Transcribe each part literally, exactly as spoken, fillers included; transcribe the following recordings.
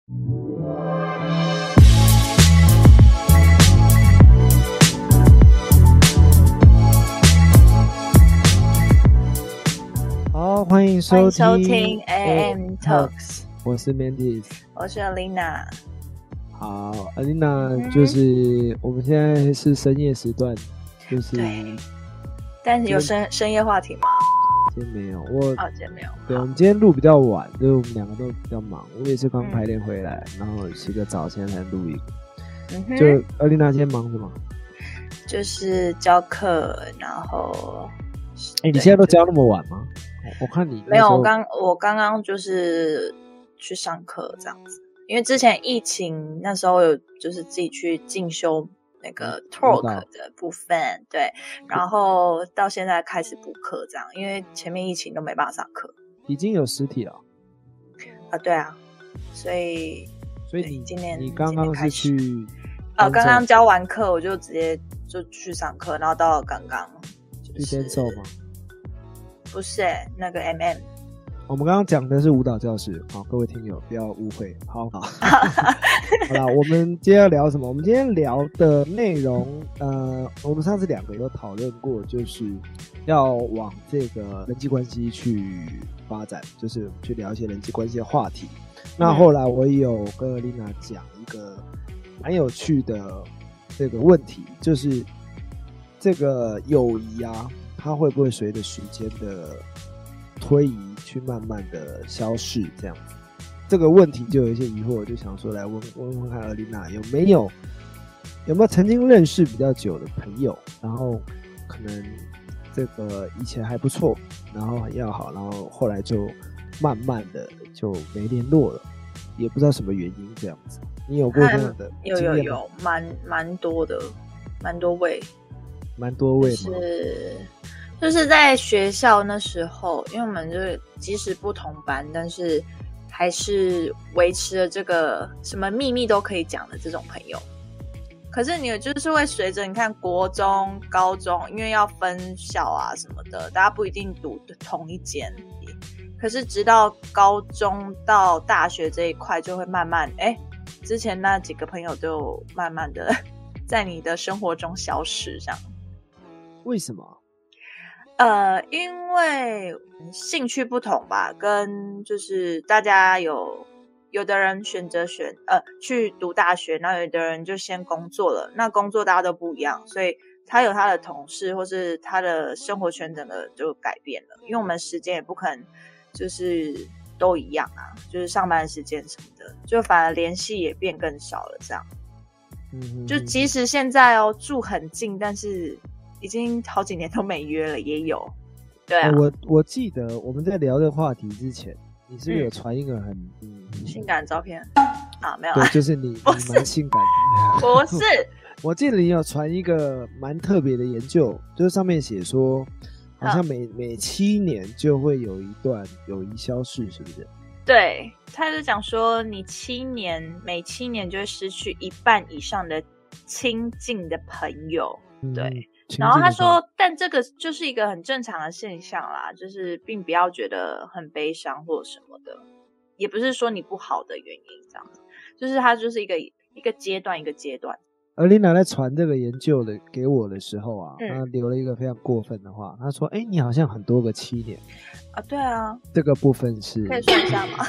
好，欢迎收听收听 A M Talks， 我是 Mandy， 我是 Alina。 好 ，Alina、嗯、就是我们现在是深夜时段，就是对，但是有深深夜话题吗？ 今天没有，我哦，今天没有。 对，我们今天录比较晚，就是我们两个都比较忙。我也是刚排练回来，嗯、然后洗个澡，现在才录影。嗯、就 Alina 今天忙什么？ 就是教课，然后。 哎、欸，你现在都教那么晚吗？我看你没有，我刚我刚刚就是去上课这样子，因为之前疫情那时候有就是自己去进修那个 talk 的部分，对，然后到现在开始补课这样，因为前面疫情都没办法上课， 已经有实体了啊，对啊，所以所以你今年你刚刚是去啊，刚刚教完课我就直接就去上课，然后到了刚刚。 去 dance 吗？ 不是、欸，那个 M M。 我们刚刚讲的是舞蹈教室，好，各位听友不要误会。好，好，好啦，我们今天要聊什么？我们今天聊的内容，呃，我们上次两个有讨论过，就是要往这个人际关系去发展，就是去聊一些人际关系的话题。那后来我也有跟 Alina 讲一个蛮有趣的这个问题，就是这个友谊啊，它会不会随着时间的推移去慢慢的消逝？这样子，这个问题就有一些疑惑，我就想说来问问问看 Alina 有没有有没有曾经认识比较久的朋友，然后可能这个以前还不错，然后很要好，然后后来就慢慢的就没联络了，也不知道什么原因这样子。你有过这样的经验吗？ 有有有，蛮蛮多的，蛮多位。 蛮多位吗？ 就是就是在学校那时候，因为我们就是即使不同班，但是还是维持了这个什么秘密都可以讲的这种朋友。可是你就是会随着你看国中、高中，因为要分校啊什么的，大家不一定读同一间。可是直到高中到大学这一块，就会慢慢哎，之前那几个朋友就慢慢的在你的生活中消失，这样。 为什么？ 呃，因为兴趣不同吧，跟就是大家有有的人选择选呃去读大学，那有的人就先工作了，那工作大家都不一样，所以他有他的同事或是他的生活圈整个就改变了，因为我们时间也不可能就是都一样啊，就是上班时间什么的，就反而联系也变更少了，这样。嗯，就即使现在哦住很近，但是已经好几年都没约了，也有。对啊， 欸、我我记得我们在聊这个话题之前，你是不是有传一个很、嗯、 性感的照片啊？没有， 对，就是你，你蛮性感的。 不是， 我记得你有传一个蛮特别的研究，就是上面写说，好像每、嗯、每七年就会有一段友谊消逝，是不是？ 对，他就讲说，你七年每七年就会失去一半以上的亲近的朋友，对。嗯，然后他说，但这个就是一个很正常的现象啦，就是并不要觉得很悲伤或什么的，也不是说你不好的原因，这样子，就是它就是一个一个阶段一个阶段。 Alina 在传这个研究的给我的时候啊，他、嗯、留了一个非常过分的话，他说：“哎、欸，你好像很多个七年啊。”对啊， 这个部分是可以算一下吗？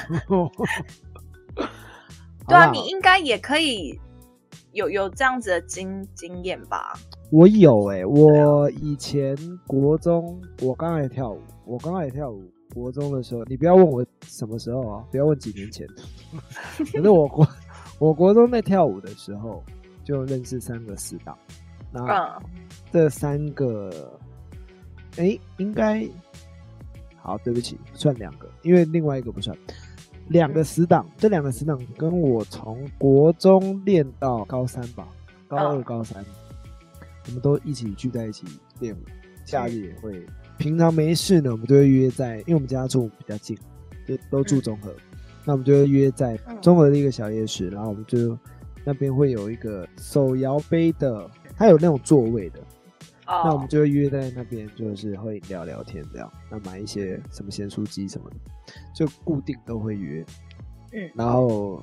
对啊，你应该也可以有有这样子的经经验吧？ 我有哎、欸，我以前国中，我刚才跳舞，我刚才跳舞，国中的时候，你不要问我什么时候啊，不要问几年前。可是我国我国中在跳舞的时候，就认识三个死党，那这三个，哎、欸，应该好，对不起，算两个，因为另外一个不算。两个死党，这两个死党跟我从国中练到高三吧，高二、高三。我们都一起聚在一起练舞，假日也会。平常没事呢，我们就会约在，因为我们家住比较近，就都住中和，嗯、那我们就会约在中和的一个小夜市，然后我们就那边会有一个手摇杯的，它有那种座位的，哦、那我们就会约在那边，就是会聊聊天这样，那买一些什么咸酥鸡什么的，就固定都会约。嗯，然后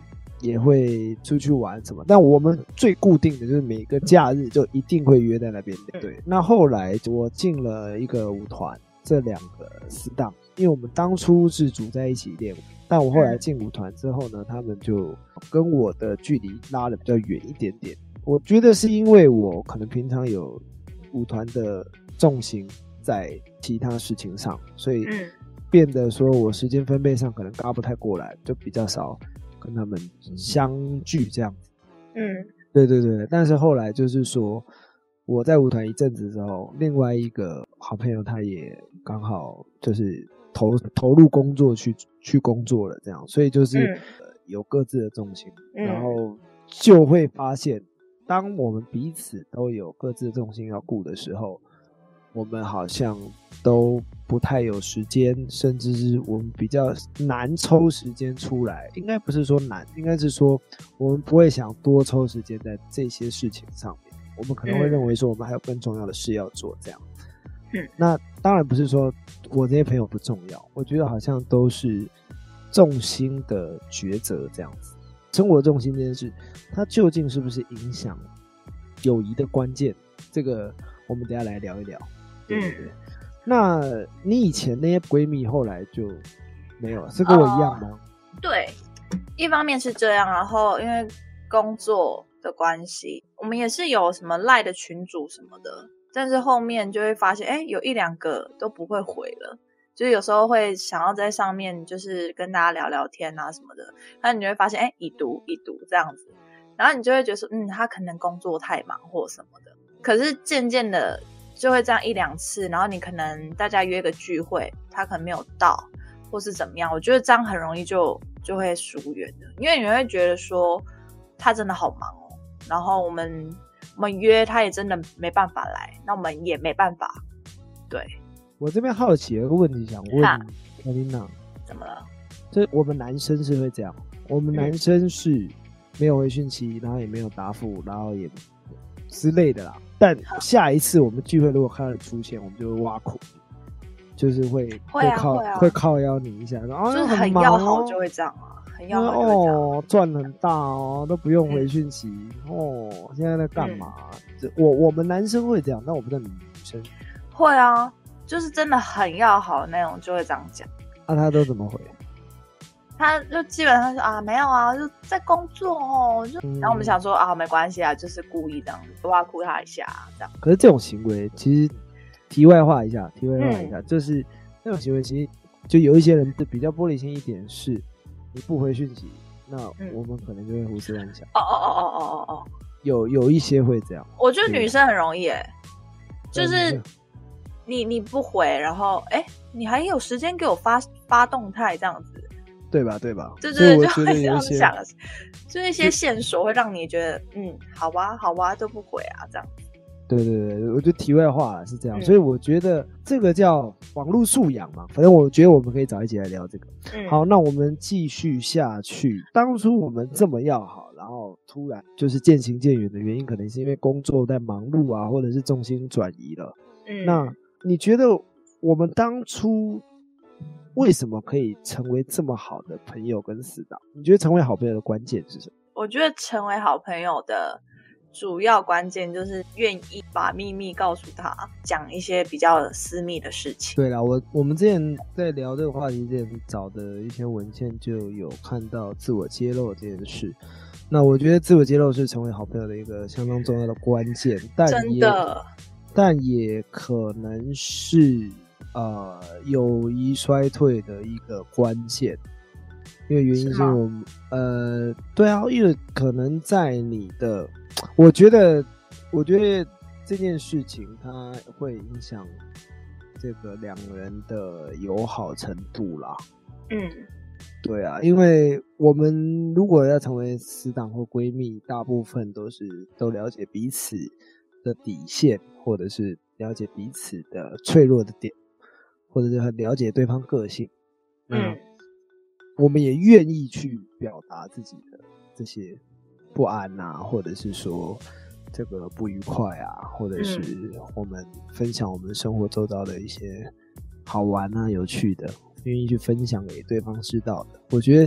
也会出去玩什么，但我们最固定的就是每个假日就一定会约在那边。对，那后来我进了一个舞团，这两个死党，因为我们当初是组在一起练舞，但我后来进舞团之后呢，他们就跟我的距离拉得比较远一点点。我觉得是因为我可能平常有舞团的重心在其他事情上，所以变得说我时间分配上可能嘎不太过来，就比较少跟他们相聚这样子。嗯，对对对。但是后来就是说我在舞团一阵子之后，另外一个好朋友他也刚好就是投投入工作去去工作了这样，所以就是、嗯呃、有各自的重心、嗯、然后就会发现当我们彼此都有各自的重心要顾的时候，我们好像都不太有时间，甚至是我们比较难抽时间出来，应该不是说难，应该是说我们不会想多抽时间在这些事情上面，我们可能会认为说我们还有更重要的事要做这样。嗯，那当然不是说我这些朋友不重要，我觉得好像都是重心的抉择这样子。生活重心这件事，它究竟是不是影响友谊的关键？这个我们等一下来聊一聊。对对对。嗯，那你以前那些闺蜜后来就没有了，是跟我一样吗？哦， 对，一方面是这样，然后因为工作的关系，我们也是有什么赖的群组什么的，但是后面就会发现，哎，有一两个都不会回了。就是有时候会想要在上面就是跟大家聊聊天啊什么的，然后你就会发现哎，已读已读这样子，然后你就会觉得说嗯，他可能工作太忙或什么的。可是渐渐的就会这样一两次，然后你可能大家约个聚会，他可能没有到或是怎么样，我觉得这样很容易就就会疏远的，因为你会觉得说他真的好忙哦，然后我们我们约他也真的没办法来，那我们也没办法。对， 我这边好奇有个问题想问凯琳娜， 怎么了？ 就我们男生是会这样，我们男生是没有回讯息，然后也没有答复，然后也之类的啦。但下一次我们聚会如果看到你出现，我们就会挖苦，就是会会、啊、 会靠会、啊、 会靠邀你一下，然后就是很要好就会这样啊，很要好就会这样。 哦，赚很大哦，都不用回讯息、嗯、哦，现在在干嘛？嗯、我我们男生会这样，但我不知道你们女生会啊。就是真的很要好的那种就会这样讲。 那、啊、他都怎么回？ 他就基本上说啊没有啊，就在工作哦，就、嗯、然后我们想说啊没关系啊，就是故意这样子挖苦他一下这样。 可是这种行为其实题外话一下，题外话一下，嗯、就是那种行为其实就有一些人比较玻璃心一点，是你不回讯息，那我们可能就会胡思乱想。 哦哦哦哦哦哦哦， 有有一些会这样。 我觉得女生很容易耶，就是。你你不回，然后哎，你还有时间给我发发动态这样子， 对吧？对吧？ 对对对，就会这样想，就是一些线索会让你觉得，嗯，好吧，好吧，都不回啊，这样。 对对对，我觉得题外话是这样，嗯、所以我觉得这个叫网络素养嘛。反正我觉得我们可以早一起来聊这个。嗯、好，那我们继续下去。当初我们这么要好，然后突然就是渐行渐远的原因，可能是因为工作在忙碌啊，或者是重心转移了。嗯，那。你觉得我们当初为什么可以成为这么好的朋友跟死党？你觉得成为好朋友的关键是什么？ 我觉得成为好朋友的主要关键就是愿意把秘密告诉他，讲一些比较私密的事情。 对啦，我我们之前在聊这个话题之前找的一些文献就有看到自我揭露这件事。那我觉得自我揭露是成为好朋友的一个相当重要的关键，但也真的。 但也可能是呃友谊衰退的一个关键，因为原因是我们呃对啊，因为可能在你的，我觉得我觉得这件事情它会影响这个两人的友好程度啦。嗯，对啊，因为我们如果要成为死党或闺蜜，大部分都是都了解彼此的底线，或者是了解彼此的脆弱的点，或者是很了解对方个性。嗯，我们也愿意去表达自己的这些不安啊，或者是说这个不愉快啊，或者是我们分享我们生活周遭的一些好玩啊、有趣的，愿意去分享给对方知道的。我觉得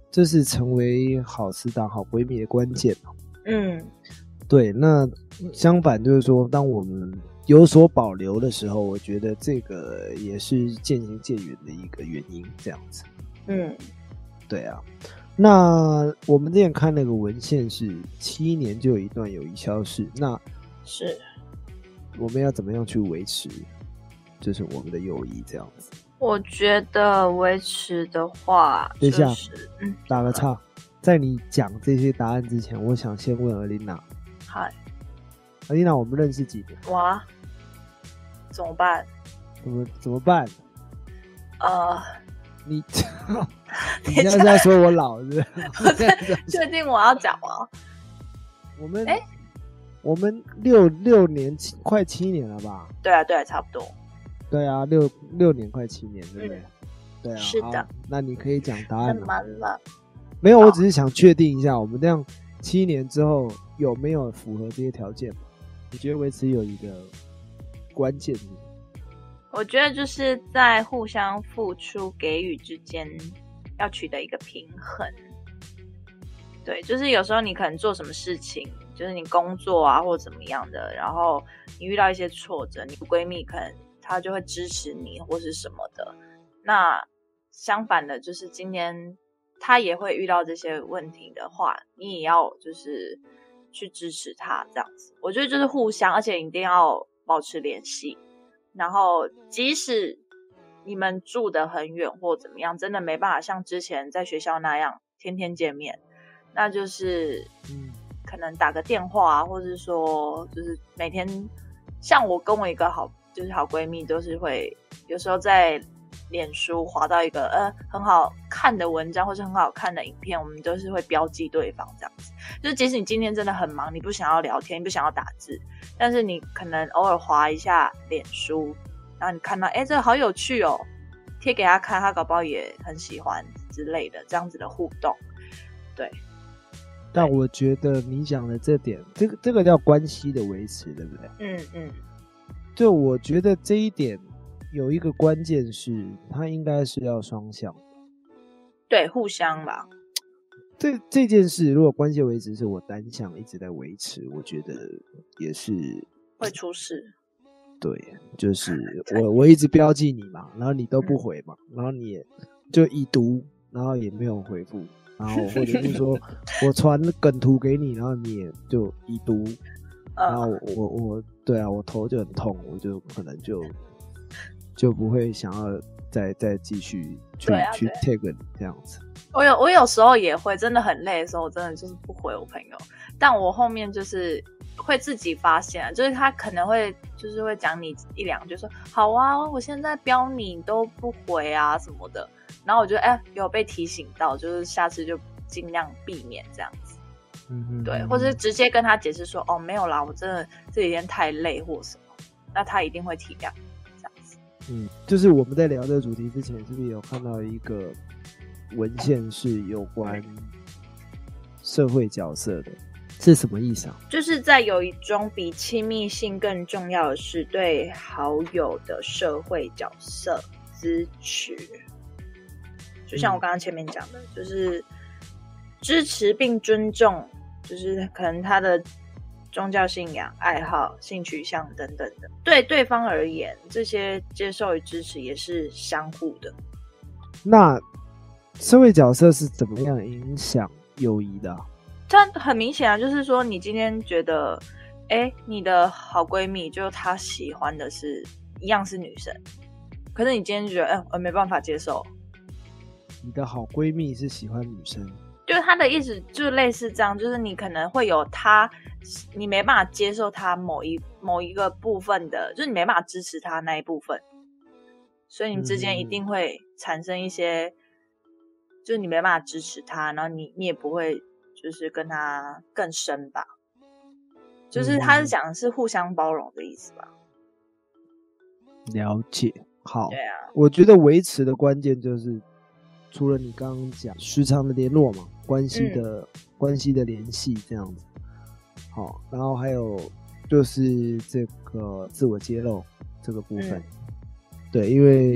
这是成为好死党、好闺蜜的关键嘛。 嗯， 对。那相反就是说，当我们有所保留的时候，我觉得这个也是渐行渐远的一个原因，这样子。 嗯， 对啊。那我们之前看那个文献是七年就有一段友谊消逝，那是我们要怎么样去维持，就是我们的友谊这样子？ 我觉得维持的话， 等一下， 就是嗯， 打个岔，在你讲这些答案之前，我想先问尔琳娜。 嗨， 尔琳娜，我们认识几年？ 哇，怎么办？ 怎么怎么办？ 呃， 你你现在是要说我老是不是？ 确定我要讲吗？ 我们哎， 我们六六年快七年了吧？ 对啊，对啊，差不多。 对啊，六六年快七年，对不对？ 嗯、 对啊， 是的。 那你可以讲答案了。了没有，我只是想确定一下，我们这样七年之后有没有符合这些条件？你觉得维持有一个关键是什么？ 我觉得就是在互相付出给予之间要取得一个平衡。对，就是有时候你可能做什么事情，就是你工作啊或怎么样的，然后你遇到一些挫折，你闺蜜可能她就会支持你或是什么的。那相反的，就是今天她也会遇到这些问题的话，你也要就是去支持她这样子。我觉得就是互相，而且一定要保持联系。然后即使你们住得很远或怎么样，真的没办法像之前在学校那样天天见面，那就是可能打个电话啊，或是说就是每天，像我跟我一个好就是好闺蜜都是会有时候在脸书滑到一个呃很好看的文章或是很好看的影片，我们都是会标记对方这样子。就是即使你今天真的很忙，你不想要聊天，你不想要打字，但是你可能偶尔滑一下脸书，然后你看到哎这个好有趣哦，贴给他看，他搞不好也很喜欢之类的，这样子的互动。对。 但我觉得你讲的这点，这个这个叫关系的维持，对不对？ 嗯嗯。 就我觉得这一点有一个关键是，它应该是要双向的。 对，互相吧。 这这件事，如果关系维持是我单向一直在维持，我觉得也是会出事。 对，就是我我一直标记你嘛，然后你都不回嘛，嗯、然后你也就已读，然后也没有回复，然后或者是说我传梗图给你，然后你也就已读，然后我我我对啊，我头就很痛，我就可能就就不会想要再再继续去、啊、去 take 你这样子。 我有我有时候也会真的很累的时候，我真的就是不回我朋友，但我后面就是会自己发现，就是他可能会就是会讲你一两句说好啊，我现在标你都不回啊什么的，然后我就哎、欸、有被提醒到，就是下次就尽量避免这样子。嗯嗯，对，或者直接跟他解释说哦没有啦，我真的这几天太累或什么，那他一定会体谅这样子。 嗯，就是我们在聊这个主题之前，是不是有看到一个文献是有关社会角色的？是什么意思啊？ 就是在友谊中，比亲密性更重要的是对好友的社会角色支持。就像我刚刚前面讲的，嗯、就是支持并尊重，就是可能他的宗教信仰、爱好、性取向等等的，对对方而言，这些接受与支持也是相互的。 那社会角色是怎么样影响友谊的、啊？ 它很明显啊，就是说你今天觉得哎，你的好闺蜜就她喜欢的是一样是女生，可是你今天觉得哎，我没办法接受。 你的好闺蜜是喜欢女生， 就是她的意思就类似这样，就是你可能会有她你没办法接受她某一某一个部分的，就是你没办法支持她那一部分，所以你们之间一定会产生一些、嗯、就是你没办法支持她，然后你你也不会就是跟她更深吧，就是他是讲的是互相包容的意思吧。 了解。好， 对啊， 我觉得维持的关键就是除了你刚刚讲时常的联络嘛，关系的、嗯、关系的联系这样子。好，然后还有就是这个自我揭露这个部分、嗯、对，因为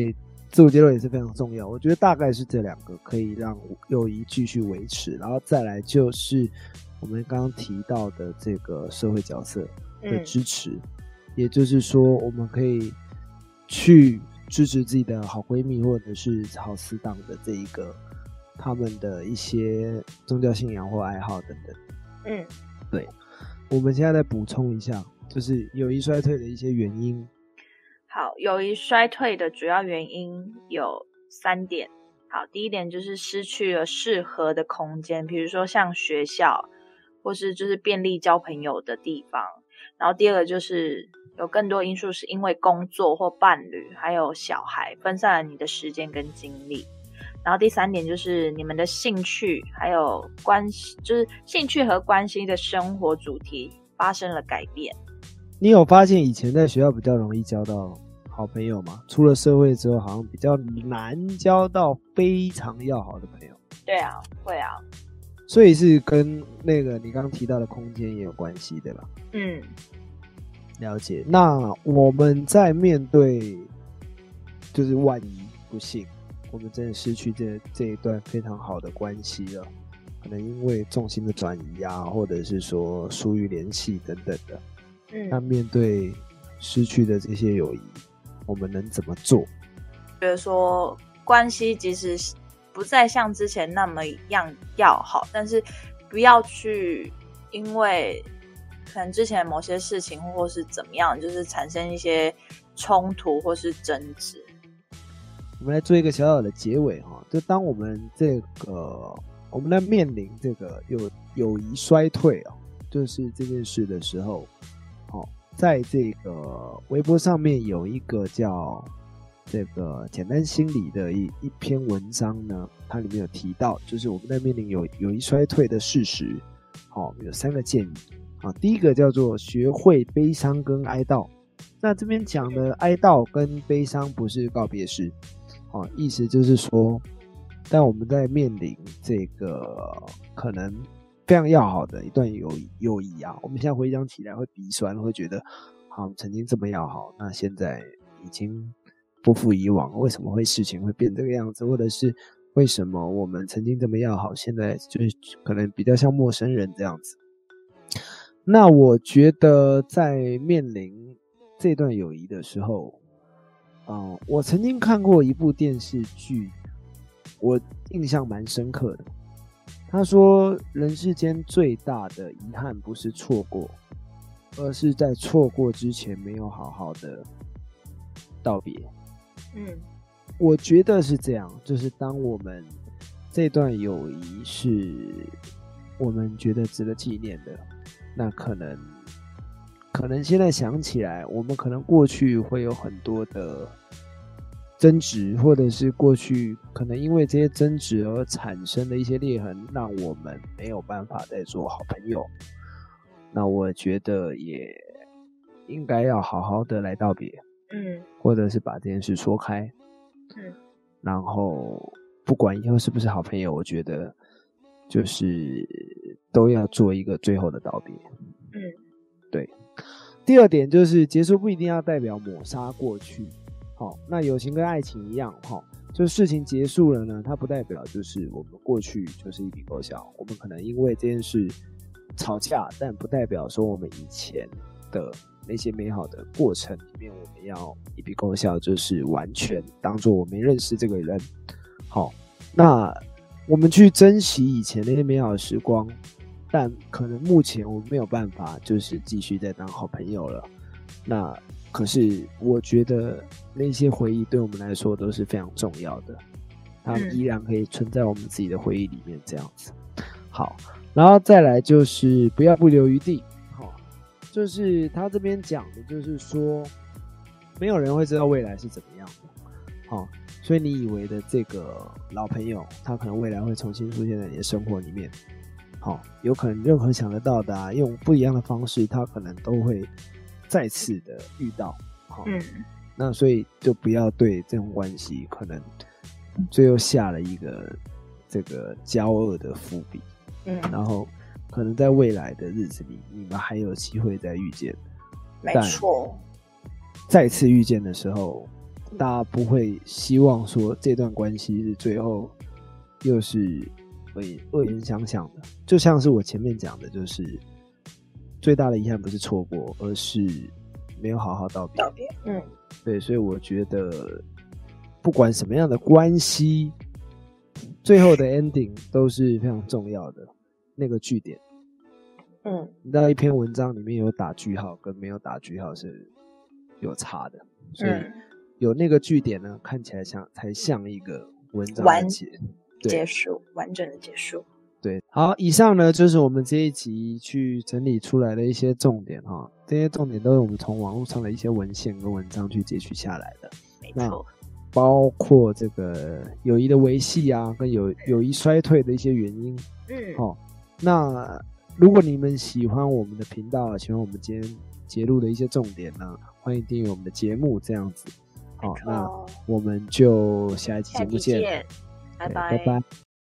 自我揭露也是非常重要。我觉得大概是这两个可以让友谊继续维持，然后再来就是我们刚刚提到的这个社会角色的支持，嗯、也就是说我们可以去支持自己的好闺蜜或者是好死党的这一个他们的一些宗教信仰或爱好等等。 嗯， 对。我们现在再补充一下，就是友谊衰退的一些原因。 好，友谊衰退的主要原因有三点。好，第一点就是失去了适合的空间，比如说像学校，或是就是便利交朋友的地方。然后第二个就是有更多因素是因为工作或伴侣还有小孩分散了你的时间跟精力。然后第三点就是你们的兴趣还有关系，就是兴趣和关系的生活主题发生了改变。 你有发现以前在学校比较容易交到好朋友吗？出了社会之后好像比较难交到非常要好的朋友。 对啊，会啊。 所以是跟那个你刚刚提到的空间也有关系，对吧？ 嗯， 了解。那我们在面对就是万一不幸我们真的失去这这一段非常好的关系了，可能因为重心的转移啊，或者是说疏于联系等等的。嗯，那面对失去的这些友谊，我们能怎么做？ 觉得说关系即使不再像之前那么样要好，但是不要去因为可能之前某些事情或是怎么样，就是产生一些冲突或是争执。 我们来做一个小小的结尾哈，就当我们这个我们在面临这个友友谊衰退啊，就是这件事的时候，哦，在这个微博上面有一个叫这个简单心理的一一篇文章呢，它里面有提到，就是我们在面临友友谊衰退的事实，哦，有三个建议啊。第一个叫做学会悲伤跟哀悼，那这边讲的哀悼跟悲伤不是告别式。哦，意思就是说，当我们在面临这个可能非常要好的一段友谊友谊啊，我们现在回想起来会鼻酸，会觉得，好，曾经这么要好，那现在已经不复以往，为什么会事情会变这个样子，或者是为什么我们曾经这么要好，现在就是可能比较像陌生人这样子。那我觉得在面临这段友谊的时候，Uh, 我曾经看过一部电视剧，我印象蛮深刻的。他说，人世间最大的遗憾不是错过，而是在错过之前没有好好的道别。嗯，我觉得是这样，就是当我们这段友谊是我们觉得值得纪念的，那可能可能现在想起来，我们可能过去会有很多的争执，或者是过去可能因为这些争执而产生的一些裂痕，让我们没有办法再做好朋友。那我觉得也应该要好好的来道别，嗯，或者是把这件事说开，嗯，然后不管以后是不是好朋友，我觉得就是都要做一个最后的道别，嗯，对。第二点就是结束不一定要代表抹杀过去，好，那友情跟爱情一样，哈，就事情结束了呢，它不代表就是我们过去就是一笔勾销，我们可能因为这件事吵架，但不代表说我们以前的那些美好的过程里面，我们要一笔勾销，就是完全当作我没认识这个人。好，那我们去珍惜以前那些美好的时光，但可能目前我们没有办法就是继续再当好朋友了。那可是我觉得那些回忆对我们来说都是非常重要的，它们依然可以存在我们自己的回忆里面这样子。好，然后再来就是不要不留余地，好，就是他这边讲的就是说没有人会知道未来是怎么样的，好，所以你以为的这个老朋友他可能未来会重新出现在你的生活里面，好，有可能任何想得到的啊，用不一样的方式他可能都会再次的遇到，好，嗯，那所以就不要对这种关系可能最后下了一个这个交恶的伏笔，嗯，然后可能在未来的日子里你们还有机会再遇见， 没错， 再次遇见的时候大家不会希望说这段关系是最后又是恶言相向的。就像是我前面讲的，就是最大的遗憾不是错过，而是没有好好道别。 道别，嗯， 对，所以我觉得不管什么样的关系，最后的 ending 都是非常重要的，那个句点。 嗯， 你知道一篇文章里面有打句号跟没有打句号是有差的，所以有那个句点呢，看起来像才像一个文章的结结束，完整的结束。 对，好，以上呢就是我们这一集去整理出来的一些重点哈，这些重点都是我们从网络上的一些文献跟文章去截取下来的。 没错， 包括这个友谊的维系啊，跟友友谊衰退的一些原因。 嗯， 哦，那如果你们喜欢我们的频道，喜欢我们今天节录的一些重点呢，欢迎订阅我们的节目，这样子。好，那我们就下一期节目见， 拜拜， 拜拜。